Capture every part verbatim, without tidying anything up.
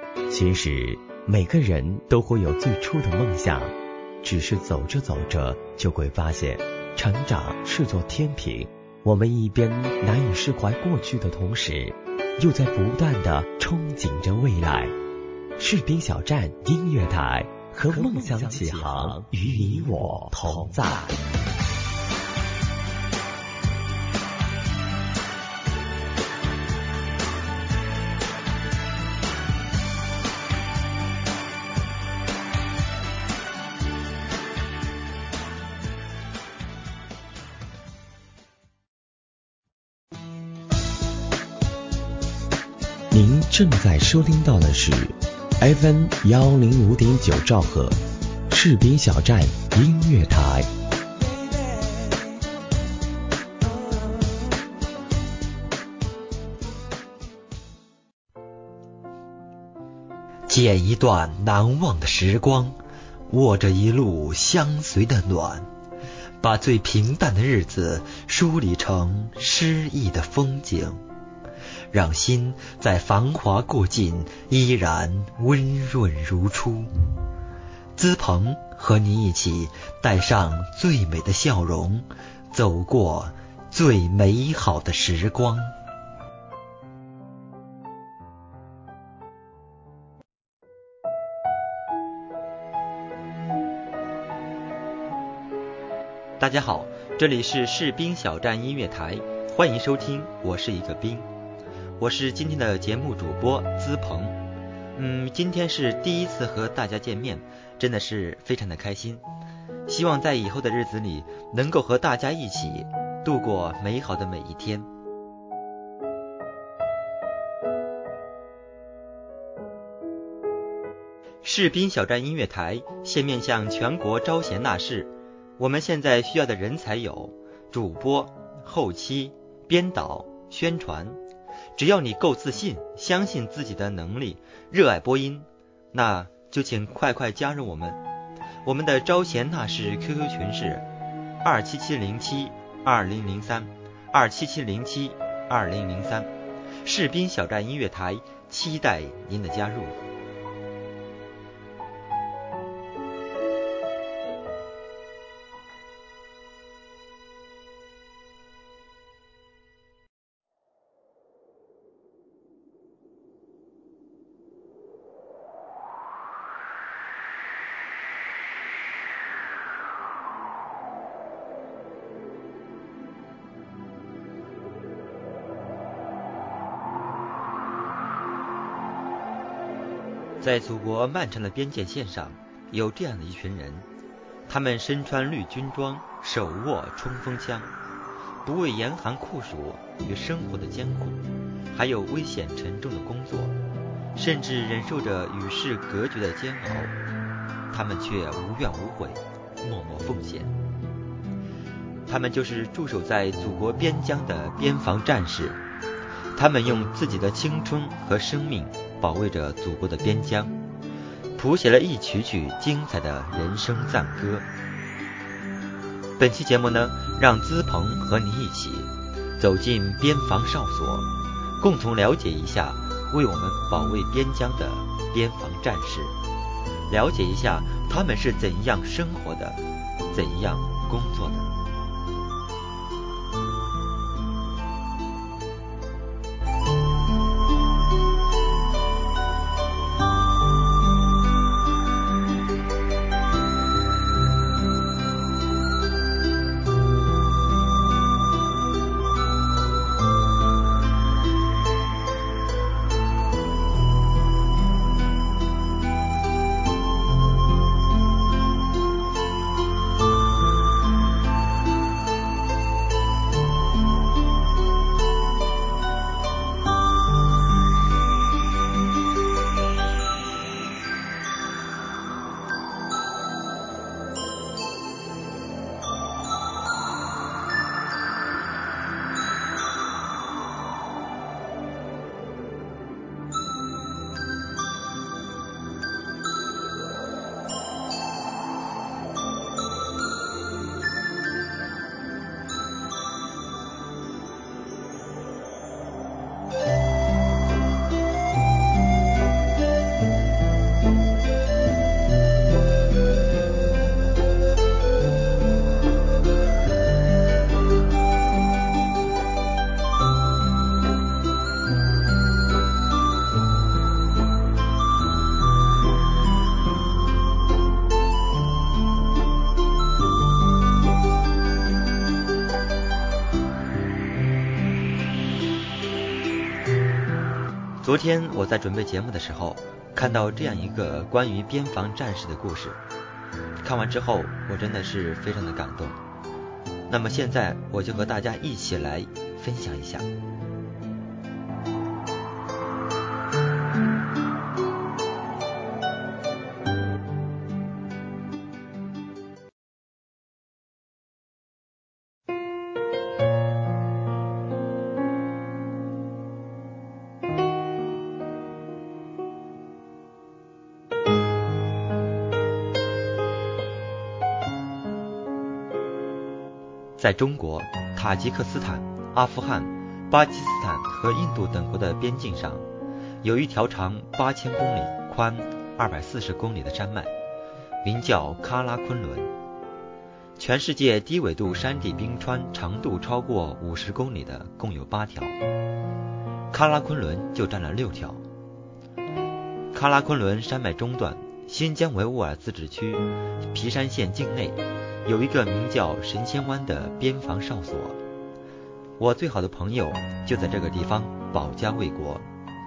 其实每个人都会有最初的梦想，只是走着走着就会发现，成长是座天平，我们一边难以释怀过去的同时，又在不断地憧憬着未来。士兵小站音乐台，和梦想起航，与你我同在。您正在收听到的是 F M 幺零五点九兆赫士兵小站音乐台。 剪一段难忘的时光，握着一路相随的暖，把最平淡的日子梳理成诗意的风景，让心在繁华过尽依然温润如初。资鹏和你一起带上最美的笑容，走过最美好的时光。大家好，这里是士兵小站音乐台，欢迎收听，我是一个兵，我是今天的节目主播资鹏。嗯，今天是第一次和大家见面，真的是非常的开心。希望在以后的日子里，能够和大家一起度过美好的每一天。士兵小站音乐台现面向全国招贤纳士，我们现在需要的人才有主播、后期、编导、宣传。只要你够自信，相信自己的能力，热爱播音，那就请快快加入我们。我们的招贤纳士 Q Q 群是二七七零七二零零三 二七七零七二零零三。士兵小站音乐台期待您的加入。在祖国漫长的边界线上，有这样的一群人，他们身穿绿军装，手握冲锋枪，不畏严寒酷暑与生活的艰苦，还有危险沉重的工作，甚至忍受着与世隔绝的煎熬，他们却无怨无悔，默默奉献。他们就是驻守在祖国边疆的边防战士，他们用自己的青春和生命保卫着祖国的边疆，谱写了一曲曲精彩的人生赞歌。本期节目呢，让资鹏和你一起走进边防哨所，共同了解一下为我们保卫边疆的边防战士，了解一下他们是怎样生活的，怎样工作的。 昨天我在准备节目的时候，看到这样一个关于边防战士的故事，看完之后我真的是非常的感动。那么现在我就和大家一起来分享一下。在中国、塔吉克斯坦、阿富汗、巴基斯坦和印度等国的边境上，有一条长八千公里、宽二百四十公里的山脉，名叫喀拉昆仑。全世界低纬度山地冰川长度超过五十公里的共有八条，喀拉昆仑就占了六条。喀拉昆仑山脉中段，新疆维吾尔自治区皮山县境内有一个名叫神仙湾的边防哨所，我最好的朋友就在这个地方保家卫国。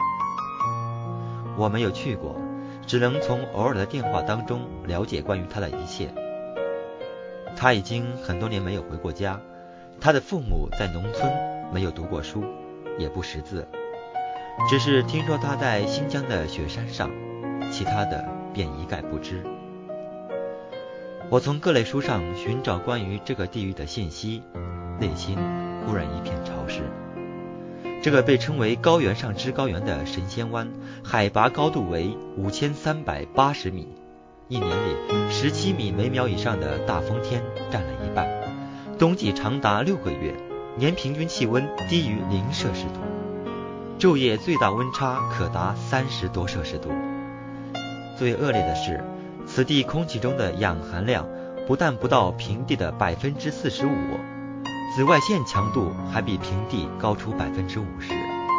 我没有去过，只能从偶尔的电话当中了解关于他的一切。他已经很多年没有回过家，他的父母在农村没有读过书，也不识字，只是听说他在新疆的雪山上，其他的便一概不知。我从各类书上寻找关于这个地域的信息，内心忽然一片潮湿。这个被称为高原上之高原的神仙湾，海拔高度为五千三百八十米，一年里十七米每秒以上的大风天占了一半，冬季长达六个月，年平均气温低于零摄氏度，昼夜最大温差可达三十多摄氏度。最恶劣的是，此地空气中的氧含量不但不到平地的百分之四十五，紫外线强度还比平地高出百分之五十。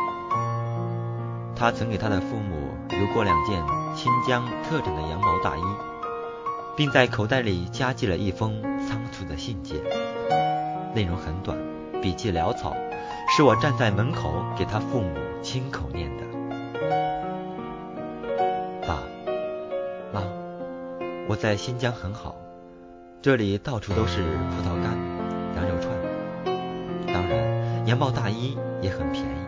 他曾给他的父母邮过两件新疆特产的羊毛大衣，并在口袋里夹记了一封仓促的信件，内容很短，笔记潦草，是我站在门口给他父母亲口念的。爸妈，我在新疆很好，这里到处都是葡萄干、羊肉串，当然羊毛大衣也很便宜。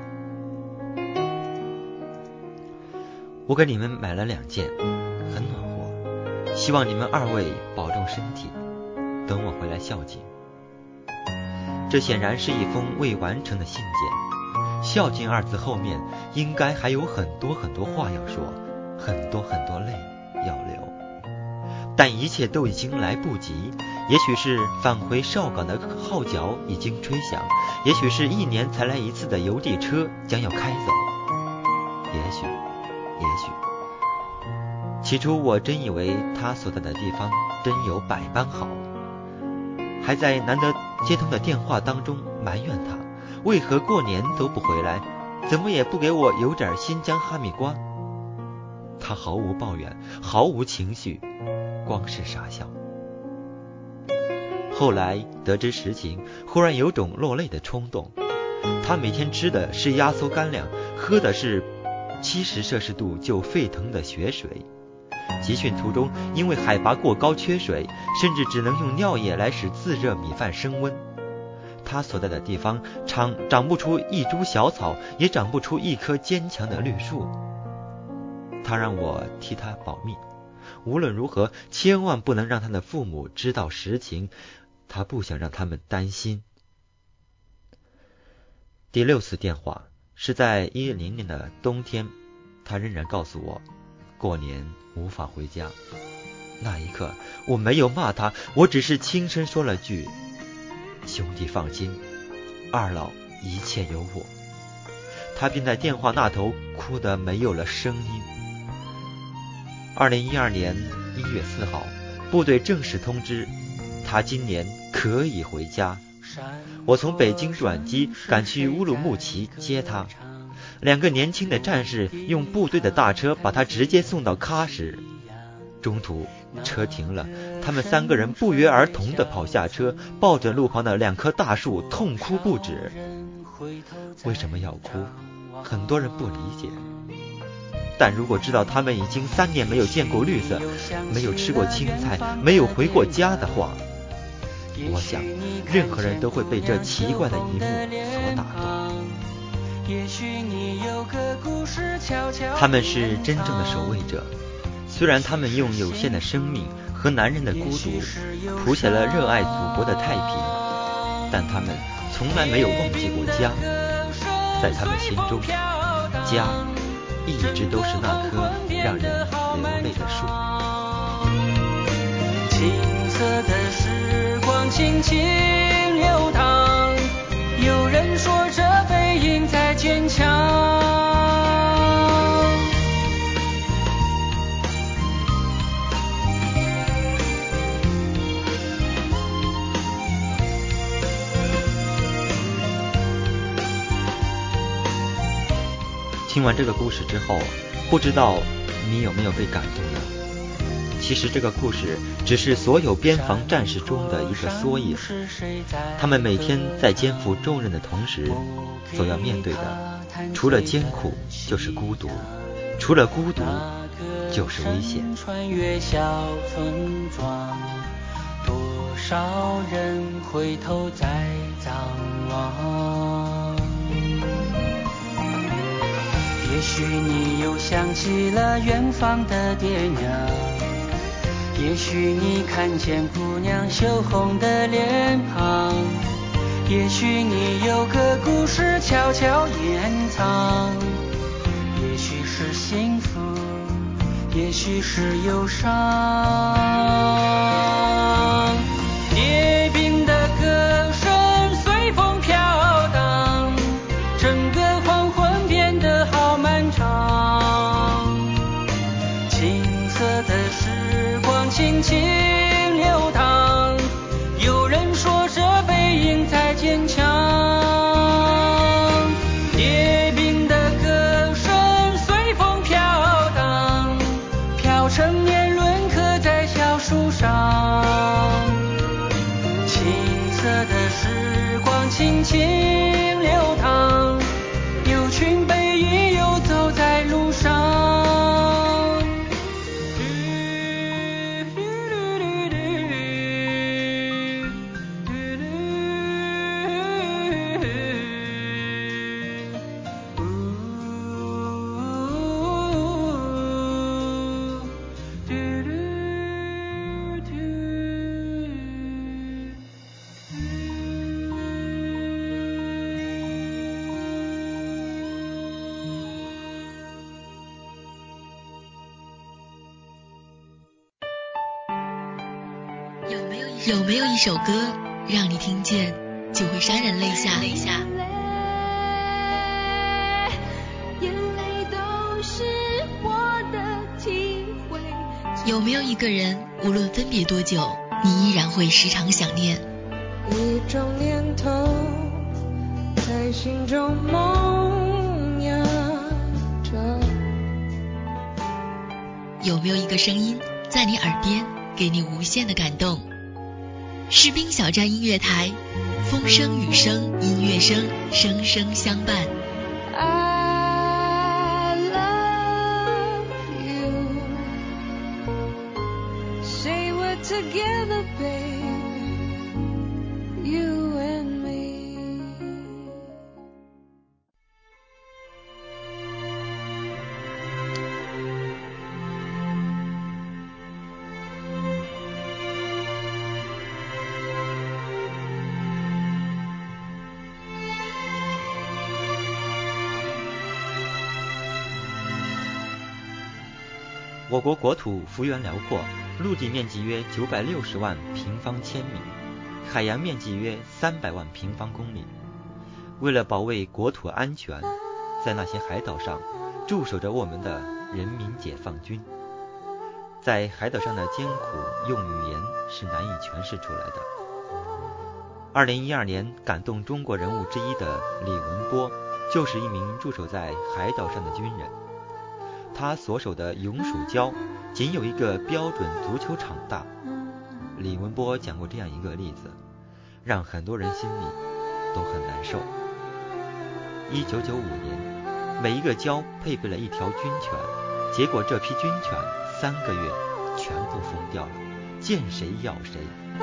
我给你们买了两件，很暖和，希望你们二位保重身体，等我回来孝敬。这显然是一封未完成的信件，孝敬二字后面应该还有很多很多话要说，很多很多泪要流，但一切都已经来不及。也许是返回哨岗的号角已经吹响，也许是一年才来一次的邮递车将要开走，也许也许起初我真以为他所在的地方真有百般好，还在难得接通的电话当中埋怨他为何过年都不回来，怎么也不给我邮点新疆哈密瓜。他毫无抱怨，毫无情绪，光是傻笑。后来得知实情，忽然有种落泪的冲动。他每天吃的是压缩干粮，喝的是七十摄氏度就沸腾的雪水。集训途中因为海拔过高缺水，甚至只能用尿液来使自热米饭升温。他所在的地方长长不出一株小草，也长不出一棵坚强的绿树。他让我替他保密，无论如何千万不能让他的父母知道实情，他不想让他们担心。第六次电话是在一零年的冬天，他仍然告诉我过年无法回家。那一刻我没有骂他，我只是轻声说了句：兄弟放心，二老一切有我。他便在电话那头哭得没有了声音。二零一二年一月四号，部队正式通知他今年可以回家。我从北京转机赶去乌鲁木齐接他，两个年轻的战士用部队的大车把他直接送到喀什。中途车停了，他们三个人不约而同地跑下车，抱着路旁的两棵大树痛哭不止。为什么要哭？很多人不理解， 但如果知道他们已经三年没有见过绿色，没有吃过青菜，没有回过家的话，我想任何人都会被这奇怪的一幕所打动。他们是真正的守卫者，虽然他们用有限的生命和男人的孤独谱写了热爱祖国的太平，但他们从来没有忘记过家。在他们心中，家一直都是那棵让人流泪的树。 青涩的时光轻轻流淌，有人说这背影在坚强。 听完这个故事之后，不知道你有没有被感动呢？其实这个故事只是所有边防战士中的一个缩影，他们每天在肩负重任的同时，所要面对的除了艰苦就是孤独，除了孤独就是危险。 穿越小村庄，多少人回头在张望。也许你又想起了远方的爹娘，也许你看见姑娘羞红的脸庞，也许你有个故事悄悄掩藏，也许是幸福，也许是忧伤。列兵的歌声随风飘荡，整个黄昏变得好漫长。青涩的时光轻轻流淌，有人说这背影在坚强。列兵的歌声随风飘荡，飘成年轮刻在小树上。青涩的时光轻轻流淌，有群背影游走在路上。 有没有一首歌让你听见就会潸然泪下？有没有一个人无论分别多久，你依然会时常想念？ 一种念头在心中萌芽着。 有没有一个声音在你耳边给你无限的感动？士兵小站音乐台，风声雨声音乐声，声声相伴。 I love you. Say we're together, baby, you and me. 我国国土幅员辽阔，陆地面积约九百六十万平方千米，海洋面积约三百万平方公里。为了保卫国土安全，在那些海岛上驻守着我们的人民解放军。在海岛上的艰苦用语言是难以诠释出来的。二零一二年感动中国人物之一的李文波，就是一名驻守在海岛上的军人。他所守的永暑礁仅有一个标准足球场大。李文波讲过这样一个例子，让很多人心里都很难受。一九九五年，每一个礁配备了一条军犬， 结果这批军犬三个月全部疯掉了，见谁咬谁。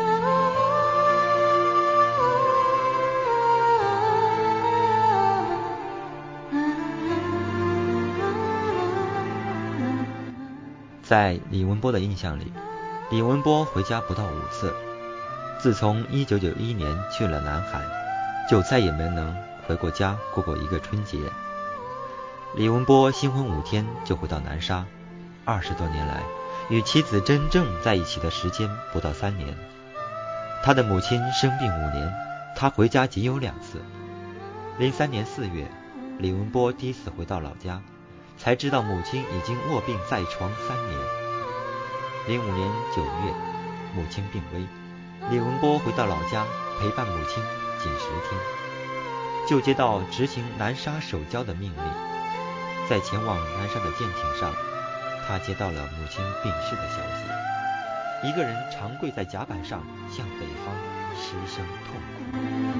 在李文波的印象里，李文波回家不到五次。自从一九九一年去了南海，就再也没能回过家过过一个春节。李文波新婚五天就回到南沙，二十多年来与妻子真正在一起的时间不到三年。他的母亲生病五年，他回家仅有两次。零三年四月，李文波第一次回到老家，才知道母亲已经卧病在床三年。零五年九月，母亲病危，李文波回到老家陪伴母亲仅十天，就接到执行南沙守礁的命令。在前往南沙的舰艇上，他接到了母亲病逝的消息，一个人长跪在甲板上，向北方失声痛哭。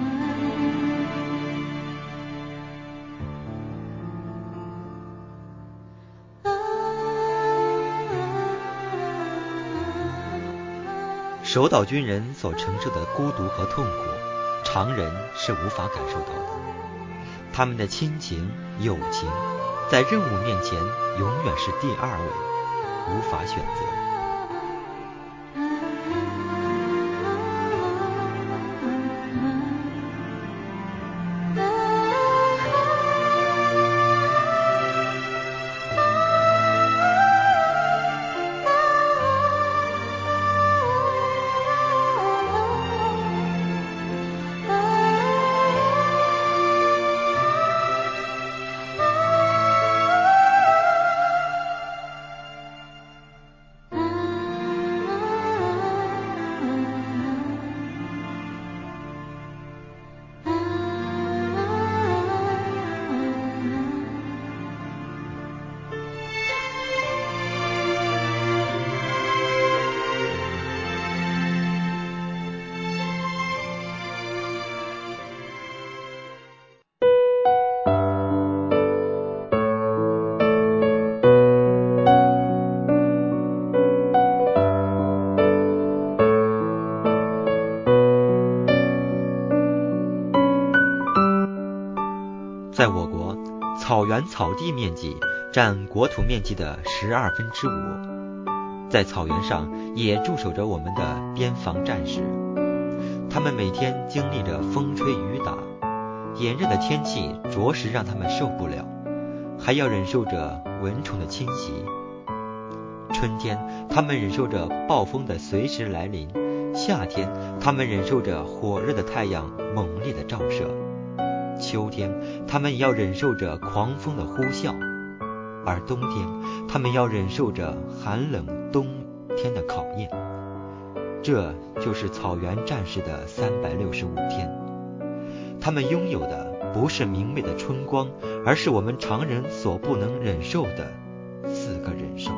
守岛军人所承受的孤独和痛苦，常人是无法感受到的。他们的亲情、友情，在任务面前永远是第二位，无法选择。在我国，草原草地面积占国土面积的十二分之五。在草原上也驻守着我们的边防战士，他们每天经历着风吹雨打，炎热的天气着实让他们受不了，还要忍受着蚊虫的侵袭。春天，他们忍受着暴风的随时来临；夏天，他们忍受着火热的太阳猛烈的照射；秋天，他们也要忍受着狂风的呼啸；而冬天，他们要忍受着寒冷冬天的考验。这就是草原战士的三百六十五天。他们拥有的不是明媚的春光，而是我们常人所不能忍受的四个忍受。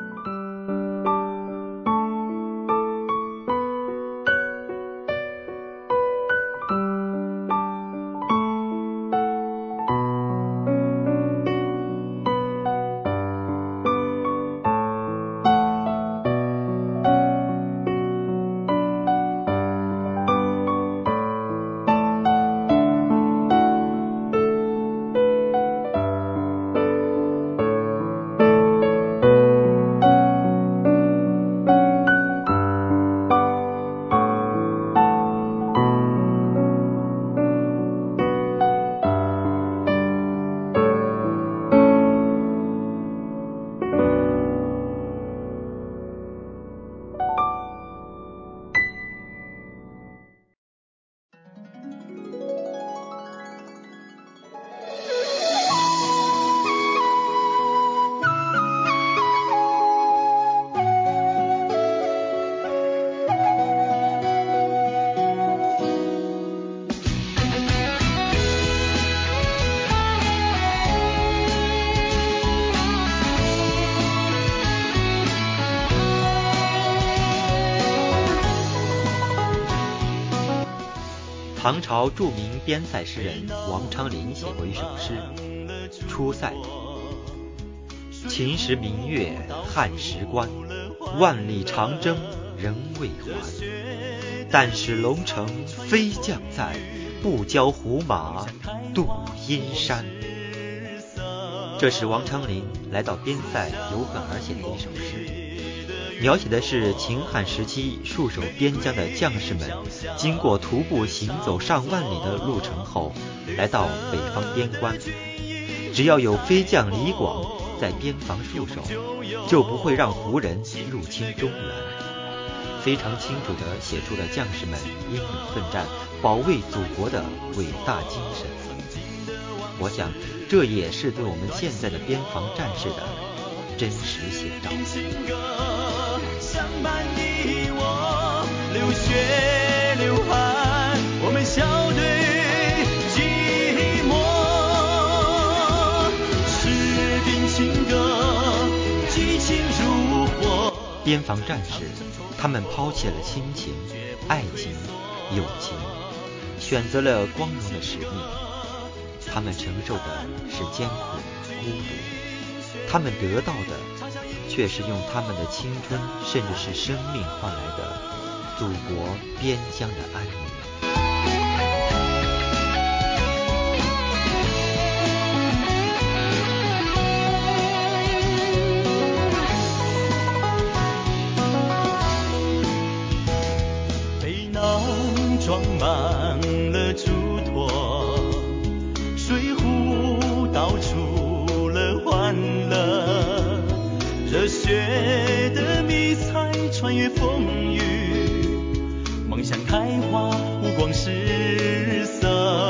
唐朝著名边塞诗人王昌龄写过一首诗《出塞》。 秦时明月汉时关，万里长征人未还。但使龙城飞将在，不教胡马度阴山。这是王昌龄来到边塞游恨而写的一首诗，描写的是秦汉时期戍守边疆的将士们经过徒步行走上万里的路程后，来到北方边关，只要有飞将李广在边防戍守，就不会让胡人入侵中原，非常清楚地写出了将士们英勇奋战、保卫祖国的伟大精神。我想，这也是对我们现在的边防战士的真实写照。流血流汗，我们笑对寂寞。士兵情歌，激情如火。边防战士，他们抛弃了亲情、爱情、友情，选择了光荣的使命。他们承受的是艰苦、孤独，他们得到的却是用他们的青春，甚至是生命换来的祖国边疆的安宁。背囊装满了嘱托，水壶倒出了欢乐，热血的迷彩穿越风雨，梦想开花五光十色。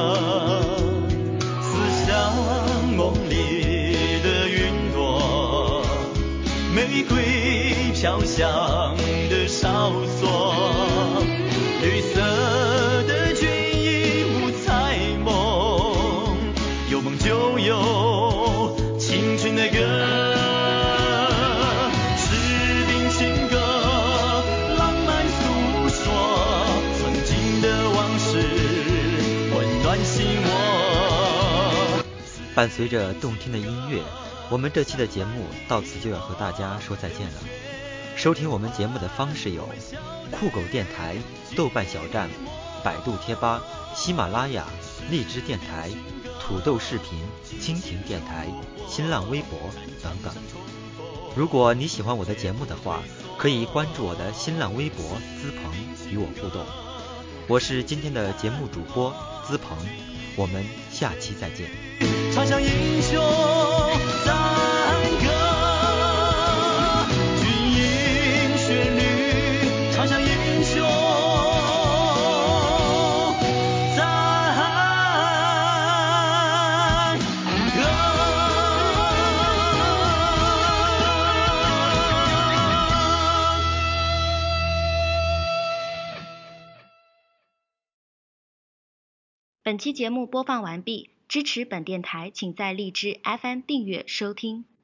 思想梦里的云朵，玫瑰飘香的哨所，绿色的军衣五彩梦，有梦就有青春的歌。伴随着动听的音乐，我们这期的节目到此就要和大家说再见了。收听我们节目的方式有酷狗电台、豆瓣小站、百度贴吧、喜马拉雅、荔枝电台、土豆视频、蜻蜓电台、新浪微博等等。如果你喜欢我的节目的话，可以关注我的新浪微博资鹏与我互动。我是今天的节目主播资鹏，我们下期再见。唱响英雄赞歌，军营旋律，唱响英雄赞歌。 本期节目播放完毕。支持本电台，请在荔枝 F M 订阅收听。